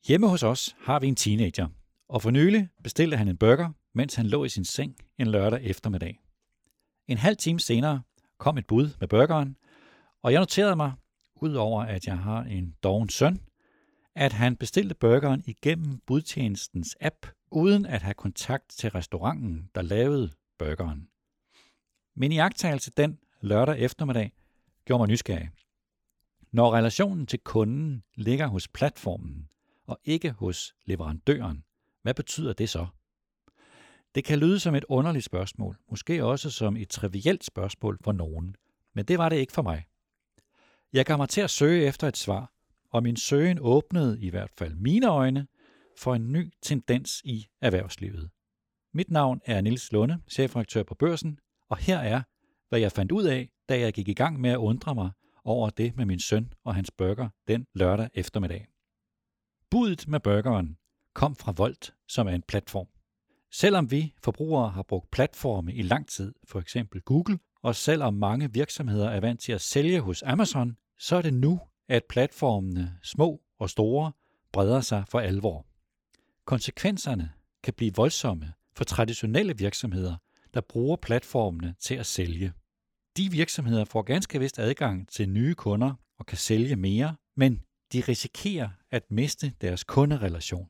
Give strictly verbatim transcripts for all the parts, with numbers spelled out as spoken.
Hjemme hos os har vi en teenager, og for nylig bestilte han en burger, mens han lå i sin seng en lørdag eftermiddag. En halv time senere kom et bud med burgeren, og jeg noterede mig, udover at jeg har en doven søn, at han bestilte burgeren igennem budtjenestens app, uden at have kontakt til restauranten, der lavede burgeren. Min iagttagelse den lørdag eftermiddag gjorde mig nysgerrig. Når relationen til kunden ligger hos platformen, og ikke hos leverandøren, hvad betyder det så? Det kan lyde som et underligt spørgsmål, måske også som et trivielt spørgsmål for nogen, men det var det ikke for mig. Jeg gav mig til at søge efter et svar, og min søgen åbnede i hvert fald mine øjne for en ny tendens i erhvervslivet. Mit navn er Niels Lunde, chefredaktør på Børsen, og her er, hvad jeg fandt ud af, da jeg gik i gang med at undre mig over det med min søn og hans burger den lørdag eftermiddag. Budet med burgeren kom fra Wolt, som er en platform. Selvom vi forbrugere har brugt platforme i lang tid, for eksempel Google, og selvom mange virksomheder er vant til at sælge hos Amazon, så er det nu, at platformene, små og store, breder sig for alvor. Konsekvenserne kan blive voldsomme for traditionelle virksomheder, der bruger platformene til at sælge. De virksomheder får ganske vist adgang til nye kunder og kan sælge mere, men de risikerer at miste deres kunderelation.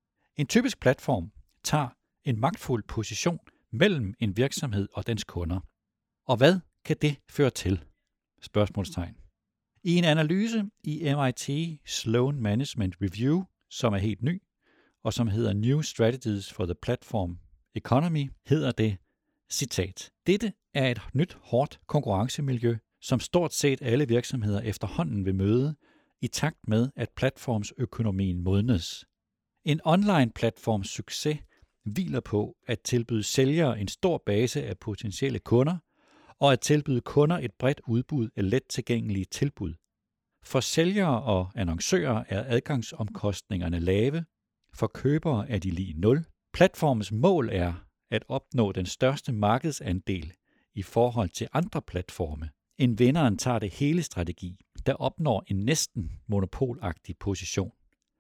En typisk platform tager en magtfuld position mellem en virksomhed og dens kunder. Og hvad kan det føre til? Spørgsmålstegn. I en analyse i M I T Sloan Management Review, som er helt ny, og som hedder New Strategies for the Platform Economy, hedder det, citat, dette er et nyt hårdt konkurrencemiljø, som stort set alle virksomheder efterhånden vil møde, i takt med, at platformsøkonomien modnes. En online-platforms succes hviler på at tilbyde sælgere en stor base af potentielle kunder, og at tilbyde kunder et bredt udbud af let tilgængelige tilbud. For sælgere og annoncører er adgangsomkostningerne lave, for købere er de lige nul. Platformens mål er at opnå den største markedsandel i forhold til andre platforme. En vinderen tager det hele strategi, der opnår en næsten monopolagtig position.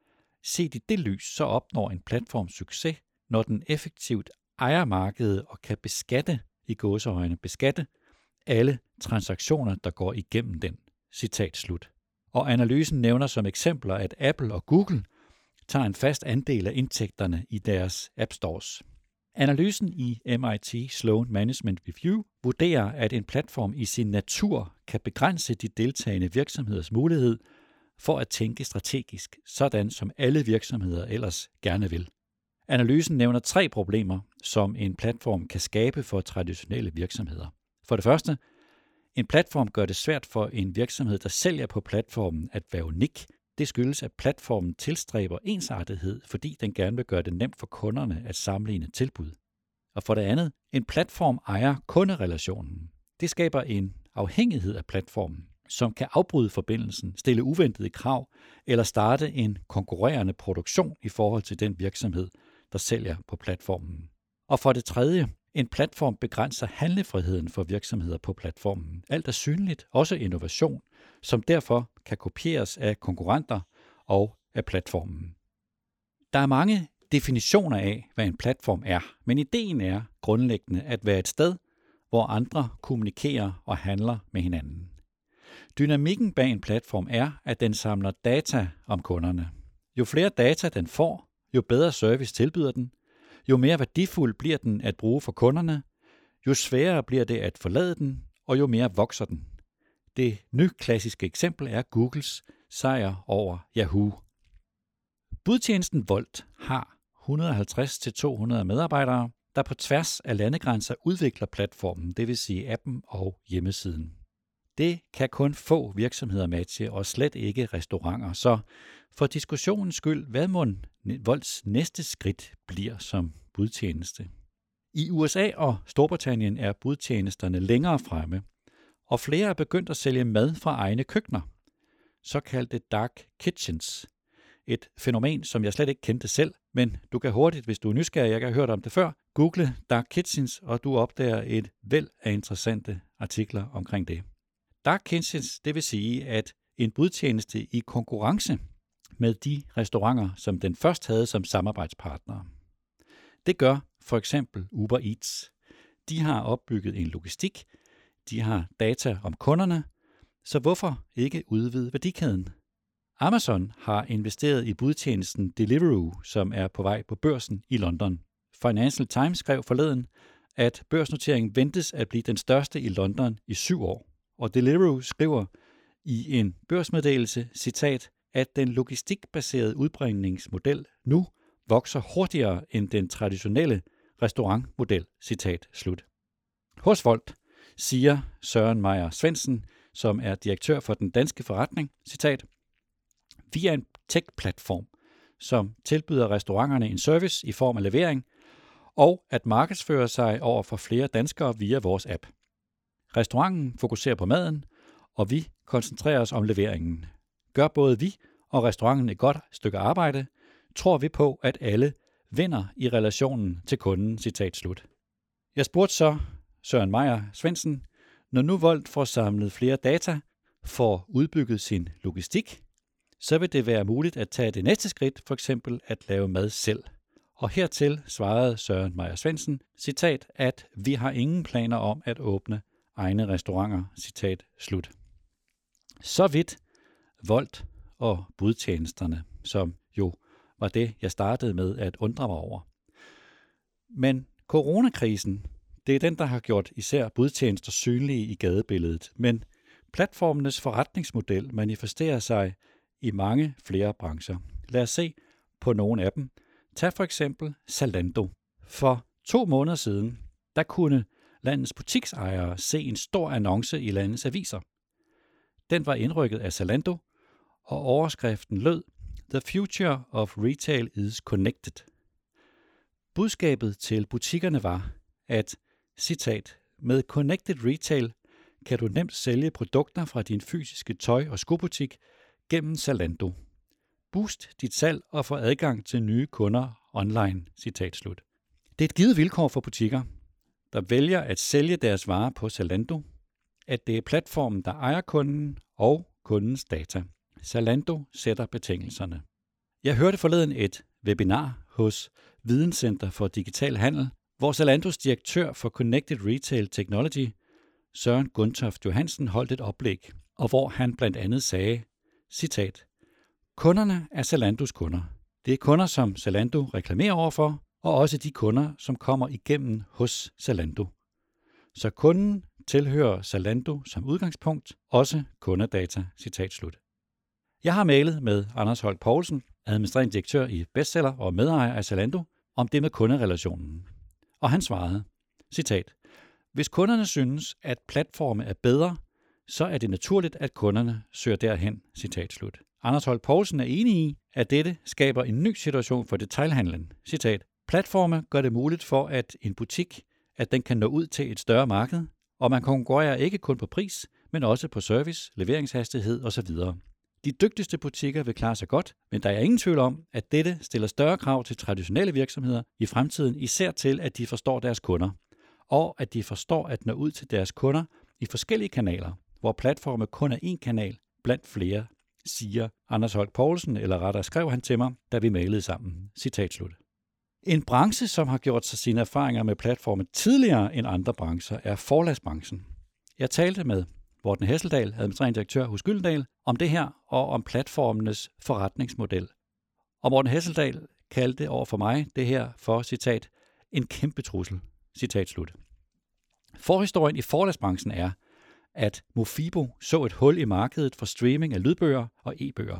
Set i det lys, så opnår en platforms succes, når den effektivt ejer markedet og kan beskatte, i gåseøjne beskatte, alle transaktioner, der går igennem den. Citat slut. Og analysen nævner som eksempler, at Apple og Google tager en fast andel af indtægterne i deres App Stores. Analysen i M I T Sloan Management Review vurderer, at en platform i sin natur kan begrænse de deltagende virksomheders mulighed for at tænke strategisk, sådan som alle virksomheder ellers gerne vil. Analysen nævner tre problemer, som en platform kan skabe for traditionelle virksomheder. For det første, en platform gør det svært for en virksomhed, der sælger på platformen, at være unik. Det skyldes, at platformen tilstræber ensartethed, fordi den gerne vil gøre det nemt for kunderne at sammenligne tilbud. Og for det andet, en platform ejer kunderelationen. Det skaber en afhængighed af platformen, som kan afbryde forbindelsen, stille uventede krav eller starte en konkurrerende produktion i forhold til den virksomhed, der sælger på platformen. Og for det tredje, en platform begrænser handlefriheden for virksomheder på platformen. Alt er synligt, også innovation, som derfor kan kopieres af konkurrenter og af platformen. Der er mange definitioner af, hvad en platform er, men ideen er grundlæggende at være et sted, hvor andre kommunikerer og handler med hinanden. Dynamikken bag en platform er, at den samler data om kunderne. Jo flere data den får, jo bedre service tilbyder den, jo mere værdifuld bliver den at bruge for kunderne, jo sværere bliver det at forlade den, og jo mere vokser den. Det nyklassiske eksempel er Googles sejr over Yahoo. Budtjenesten Wolt har et hundrede og halvtreds til to hundrede medarbejdere, der på tværs af landegrænser udvikler platformen, det vil sige appen og hjemmesiden. Det kan kun få virksomheder matche, og slet ikke restauranter. Så for diskussionens skyld, hvad må Wolts næste skridt bliver som budtjeneste? I U S A og Storbritannien er budtjenesterne længere fremme, og flere er begyndt at sælge mad fra egne køkkener, såkaldte dark kitchens. Et fænomen, som jeg slet ikke kendte selv, men du kan hurtigt, hvis du er nysgerrig, jeg har hørt om det før, google dark kitchens, og du opdager et væld af interessante artikler omkring det. Dark kitchens, det vil sige, at en budtjeneste i konkurrence med de restauranter, som den først havde som samarbejdspartnere. Det gør for eksempel Uber Eats. De har opbygget en logistik, de har data om kunderne, så hvorfor ikke udvide værdikæden? Amazon har investeret i budtjenesten Deliveroo, som er på vej på børsen i London. Financial Times skrev forleden, at børsnoteringen ventes at blive den største i London i syv år. Og Deliveroo skriver i en børsmeddelelse, citat, at den logistikbaserede udbringningsmodel nu vokser hurtigere end den traditionelle restaurantmodel, citat slut. Hos Volt siger Søren Meyer Svendsen, som er direktør for den danske forretning, citat, vi er en tech-platform, som tilbyder restauranterne en service i form af levering, og at markedsføre sig over for flere danskere via vores app. Restauranten fokuserer på maden, og vi koncentrerer os om leveringen. Gør både vi og restauranten et godt stykke arbejde, tror vi på, at alle vinder i relationen til kunden, citat slut. Jeg spurgte så Søren Meyer Svendsen, når nu Volt får samlet flere data, får udbygget sin logistik, så vil det være muligt at tage det næste skridt, for eksempel at lave mad selv. Og hertil svarede Søren Meyer Svendsen, citat, at vi har ingen planer om at åbne egne restauranter, citat slut. Så vidt Volt og budtjenesterne, som jo var det, jeg startede med at undre mig over. Men coronakrisen, det er den, der har gjort især budtjenester synlige i gadebilledet, men platformenes forretningsmodel manifesterer sig i mange flere brancher. Lad os se på nogle af dem. Tag for eksempel Zalando. For to måneder siden, der kunne landets butiksejere se en stor annonce i landets aviser. Den var indrykket af Zalando, og overskriften lød, The future of retail is connected. Budskabet til butikkerne var, at, citat, med Connected Retail kan du nemt sælge produkter fra din fysiske tøj- og skobutik gennem Zalando. Boost dit salg og få adgang til nye kunder online, citat slut. Det er et givet vilkår for butikker, der vælger at sælge deres varer på Zalando, at det er platformen, der ejer kunden og kundens data. Zalando sætter betingelserne. Jeg hørte forleden et webinar hos Videnscenter for Digital Handel, hvor Zalandos direktør for Connected Retail Technology, Søren Gundtoft Johansen, holdt et oplæg, og hvor han blandt andet sagde, citat, kunderne er Zalandos kunder. Det er kunder, som Zalando reklamerer overfor, og også de kunder, som kommer igennem hos Zalando. Så kunden tilhører Zalando som udgangspunkt, også kundedata, citat slut. Jeg har mailet med Anders Holk Poulsen, administrerende direktør i Bestseller og medejer af Zalando, om det med kunderelationen. Og han svarede, citat, hvis kunderne synes, at platforme er bedre, så er det naturligt, at kunderne søger derhen, citat slut. Anders Holk Poulsen er enig i, at dette skaber en ny situation for detailhandlen. Citat, platforme gør det muligt for, at en butik, at den kan nå ud til et større marked, og man konkurrerer ikke kun på pris, men også på service, leveringshastighed osv. De dygtigste butikker vil klare sig godt, men der er ingen tvivl om, at dette stiller større krav til traditionelle virksomheder i fremtiden, især til, at de forstår deres kunder, og at de forstår at nå ud til deres kunder i forskellige kanaler, hvor platforme kun er én kanal blandt flere, siger Anders Holk Poulsen, eller rettere skrev han til mig, da vi mailede sammen. Citat slut. En branche, som har gjort sig sine erfaringer med platforme tidligere end andre brancher, er forlagsbranchen. Jeg talte med Morten Hesseldal, administrerende direktør hos Gyldendal, om det her og om platformenes forretningsmodel. Og Morten Hesseldal kaldte over for mig det her for, citat, en kæmpe trussel, citat slut. Forhistorien i forlagsbranchen er, at Mofibo så et hul i markedet for streaming af lydbøger og e-bøger.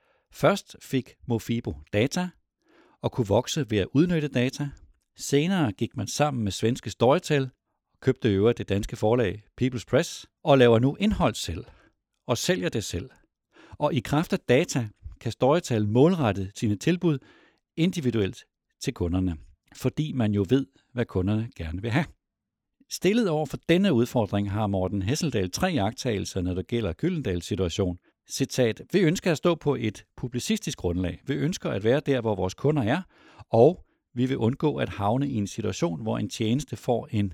Først fik Mofibo data og kunne vokse ved at udnytte data. Senere gik man sammen med svenske Storytel, købte øvrigt det danske forlag People's Press, og laver nu indhold selv, og sælger det selv. Og i kraft af data kan Storytel målrette sine tilbud individuelt til kunderne, fordi man jo ved, hvad kunderne gerne vil have. Stillet over for denne udfordring har Morten Hesseldal tre iagttagelser, når det gælder Gyldendals situation. Citat, vi ønsker at stå på et publicistisk grundlag. Vi ønsker at være der, hvor vores kunder er, og vi vil undgå at havne i en situation, hvor en tjeneste får en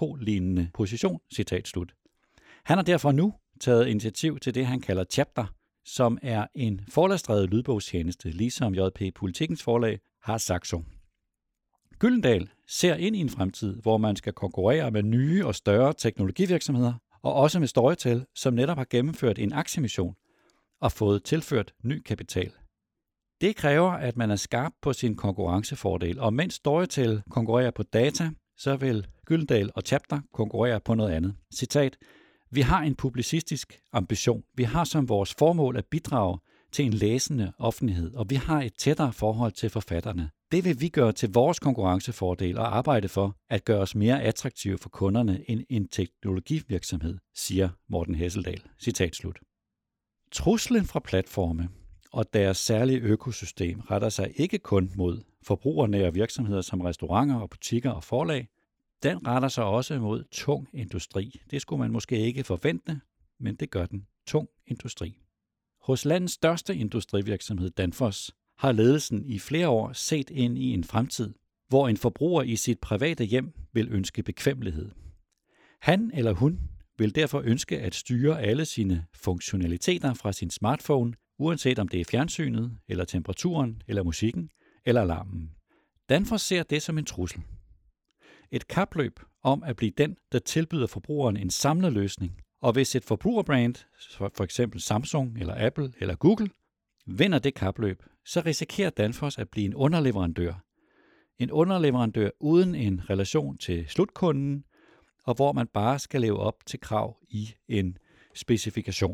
monopollignende position, citat slut. Han har derfor nu taget initiativ til det, han kalder chapter, som er en forlagsdrevet lydbogstjeneste, ligesom J P Politikens forlag har Saxo. Gyldendal ser ind i en fremtid, hvor man skal konkurrere med nye og større teknologivirksomheder, og også med Storytel, som netop har gennemført en aktiemission og fået tilført ny kapital. Det kræver, at man er skarp på sin konkurrencefordel, og mens Storytel konkurrerer på data, så vil Gyldendal og Chapter konkurrere på noget andet. Citat: Vi har en publicistisk ambition. Vi har som vores formål at bidrage til en læsende offentlighed, og vi har et tættere forhold til forfatterne. Det vil vi gøre til vores konkurrencefordel og arbejde for at gøre os mere attraktive for kunderne end en teknologivirksomhed, siger Morten Hesseldal. Citat slut. Truslen fra platforme og deres særlige økosystem retter sig ikke kun mod forbrugernære virksomheder som restauranter og butikker og forlag. Den retter sig også mod tung industri. Det skulle man måske ikke forvente, men det gør den. Tung industri. Hos landets største industrivirksomhed, Danfoss, har ledelsen i flere år set ind i en fremtid, hvor en forbruger i sit private hjem vil ønske bekvemmelighed. Han eller hun vil derfor ønske at styre alle sine funktionaliteter fra sin smartphone, uanset om det er fjernsynet, eller temperaturen, eller musikken, eller alarmen. Danfoss ser det som en trussel. Et kapløb om at blive den, der tilbyder forbrugeren en samlet løsning. Og hvis et forbrugerbrand, for eksempel Samsung, eller Apple, eller Google, vinder det kapløb, så risikerer Danfoss at blive en underleverandør. En underleverandør uden en relation til slutkunden, og hvor man bare skal leve op til krav i en specifikation.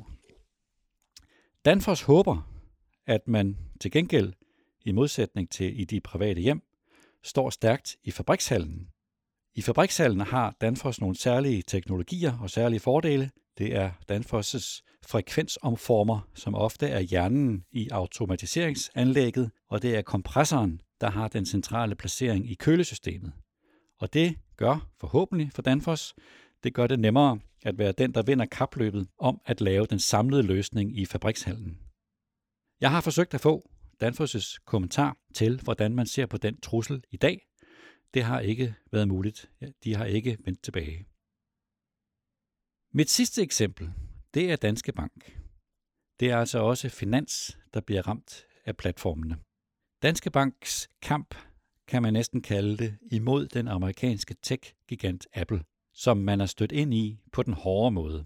Danfoss håber, at man til gengæld, i modsætning til i de private hjem, står stærkt i fabrikshallen. I fabrikshallen har Danfoss nogle særlige teknologier og særlige fordele. Det er Danfoss' frekvensomformer, som ofte er hjernen i automatiseringsanlægget, og det er kompressoren, der har den centrale placering i kølesystemet. Og det gør forhåbentlig for Danfoss, det gør det nemmere at være den, der vinder kapløbet om at lave den samlede løsning i fabrikshallen. Jeg har forsøgt at få Danfoss' kommentar til, hvordan man ser på den trussel i dag. Det har ikke været muligt. De har ikke vendt tilbage. Mit sidste eksempel, det er Danske Bank. Det er altså også finans, der bliver ramt af platformene. Danske Banks kamp, kan man næsten kalde det, imod den amerikanske tech-gigant Apple, som man er stødt ind i på den hårde måde.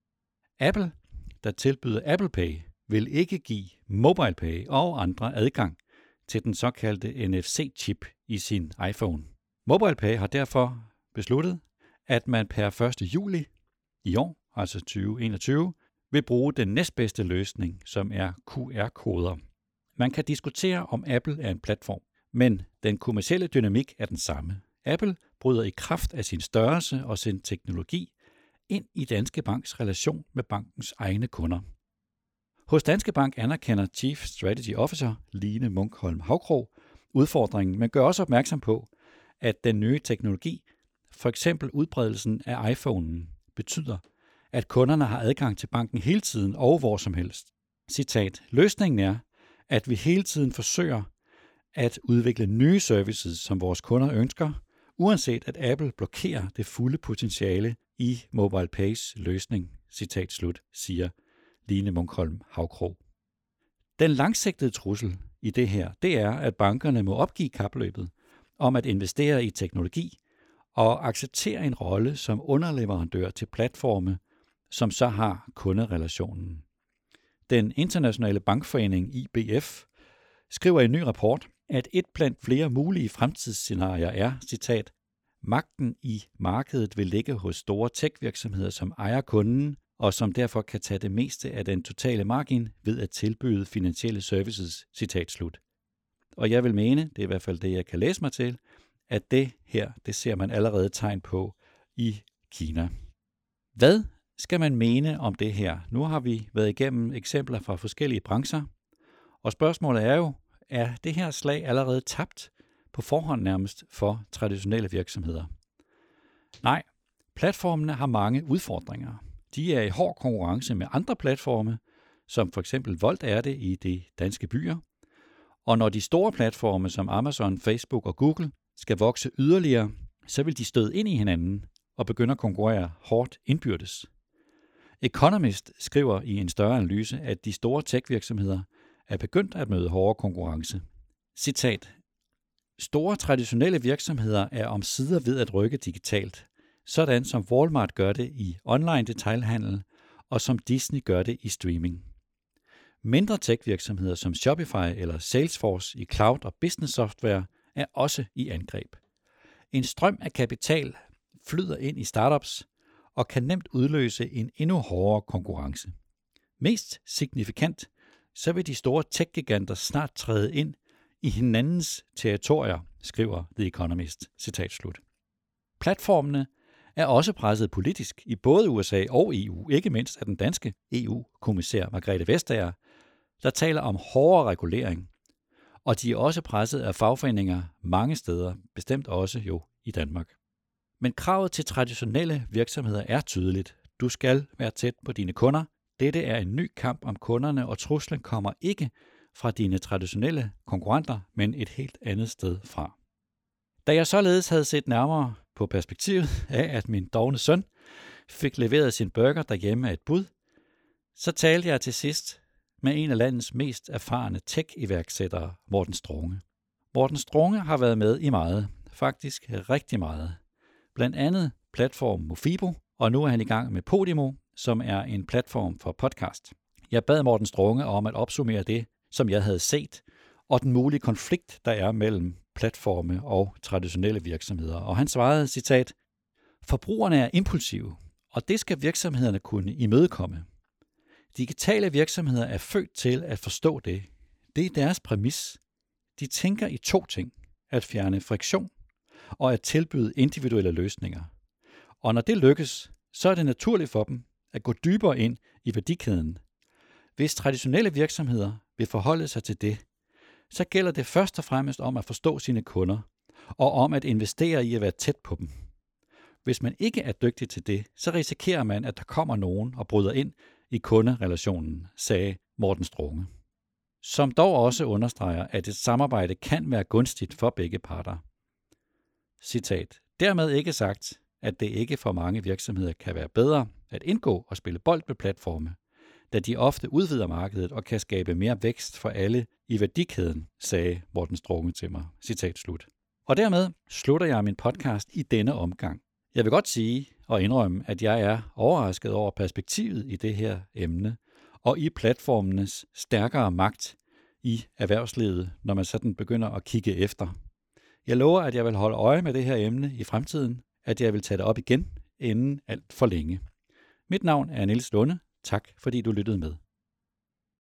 Apple, der tilbyder Apple Pay, vil ikke give MobilePay og andre adgang til den såkaldte N F C-chip i sin iPhone. MobilePay har derfor besluttet, at man per første juli i år, altså tyve enogtyve, vil bruge den næstbedste løsning, som er Q R-koder. Man kan diskutere, om Apple er en platform, men den kommercielle dynamik er den samme. Apple bryder i kraft af sin størrelse og sin teknologi ind i Danske Banks relation med bankens egne kunder. Hos Danske Bank anerkender Chief Strategy Officer Line Munkholm Havkrog udfordringen, men gør også opmærksom på, at den nye teknologi, for eksempel udbredelsen af iPhonen, betyder, at kunderne har adgang til banken hele tiden og hvor som helst. Citat: Løsningen er, at vi hele tiden forsøger at udvikle nye services, som vores kunder ønsker, uanset at Apple blokerer det fulde potentiale i MobilePays løsning. Citat slut, siger Line Munkholm Havkrog. Den langsigtede trussel i det her, det er, at bankerne må opgive kapløbet om at investere i teknologi og acceptere en rolle som underleverandør til platforme, som så har kunderelationen. Den internationale bankforening I B F skriver i en ny rapport, at et blandt flere mulige fremtidsscenarier er, citat, magten i markedet vil ligge hos store tech-virksomheder, som ejer kunden, og som derfor kan tage det meste af den totale margin ved at tilbyde finansielle services, citat slut. Og jeg vil mene, det er i hvert fald det, jeg kan læse mig til, at det her, det ser man allerede tegn på i Kina. Hvad skal man mene om det her? Nu har vi været igennem eksempler fra forskellige brancher, og spørgsmålet er jo, er det her slag allerede tabt på forhånd nærmest for traditionelle virksomheder? Nej, platformene har mange udfordringer. De er i hård konkurrence med andre platforme, som for eksempel Volt er det i de danske byer. Og når de store platforme som Amazon, Facebook og Google skal vokse yderligere, så vil de støde ind i hinanden og begynde at konkurrere hårdt indbyrdes. Economist skriver i en større analyse, at de store tech-virksomheder er begyndt at møde hårdere konkurrence. Citat: Store traditionelle virksomheder er omsider ved at rykke digitalt, sådan som Walmart gør det i online detailhandel, og som Disney gør det i streaming. Mindre tech-virksomheder som Shopify eller Salesforce i cloud og business software er også i angreb. En strøm af kapital flyder ind i startups og kan nemt udløse en endnu hårdere konkurrence. Mest signifikant, så vil de store tech-giganter snart træde ind i hinandens territorier, skriver The Economist. Citat slut. Platformene er også presset politisk i både U S A og E U, ikke mindst af den danske E U-kommissær Margrethe Vestager, der taler om hårdere regulering, og de er også presset af fagforeninger mange steder, bestemt også jo i Danmark. Men kravet til traditionelle virksomheder er tydeligt. Du skal være tæt på dine kunder. Dette er en ny kamp om kunderne, og truslen kommer ikke fra dine traditionelle konkurrenter, men et helt andet sted fra. Da jeg således havde set nærmere på perspektivet af, at min dovne søn fik leveret sin burger derhjemme af et bud, så talte jeg til sidst med en af landets mest erfarne tech-iværksættere, Morten Strunge. Morten Strunge har været med i meget, faktisk rigtig meget. Blandt andet platform Mofibo, og nu er han i gang med Podimo, som er en platform for podcast. Jeg bad Morten Strunge om at opsummere det, som jeg havde set, og den mulige konflikt, der er mellem platforme og traditionelle virksomheder. Og han svarede, citat: Forbrugerne er impulsive, og det skal virksomhederne kunne imødekomme. Digitale virksomheder er født til at forstå det. Det er deres præmis. De tænker i to ting: at fjerne friktion og at tilbyde individuelle løsninger. Og når det lykkes, så er det naturligt for dem at gå dybere ind i værdikæden. Hvis traditionelle virksomheder vil forholde sig til det, så gælder det først og fremmest om at forstå sine kunder, og om at investere i at være tæt på dem. Hvis man ikke er dygtig til det, så risikerer man, at der kommer nogen og bryder ind i kunderelationen, sagde Morten Strunge. Som dog også understreger, at et samarbejde kan være gunstigt for begge parter. Citat: Dermed ikke sagt, at det ikke for mange virksomheder kan være bedre at indgå og spille bold med platforme, da de ofte udvider markedet og kan skabe mere vækst for alle i værdikæden, sagde Morten Strunge til mig. Citat slut. Og dermed slutter jeg min podcast i denne omgang. Jeg vil godt sige og indrømme, at jeg er overrasket over perspektivet i det her emne, og i platformenes stærkere magt i erhvervslivet, når man sådan begynder at kigge efter. Jeg lover, at jeg vil holde øje med det her emne i fremtiden, at jeg vil tage det op igen inden alt for længe. Mit navn er Niels Lunde. Tak fordi du lyttede med.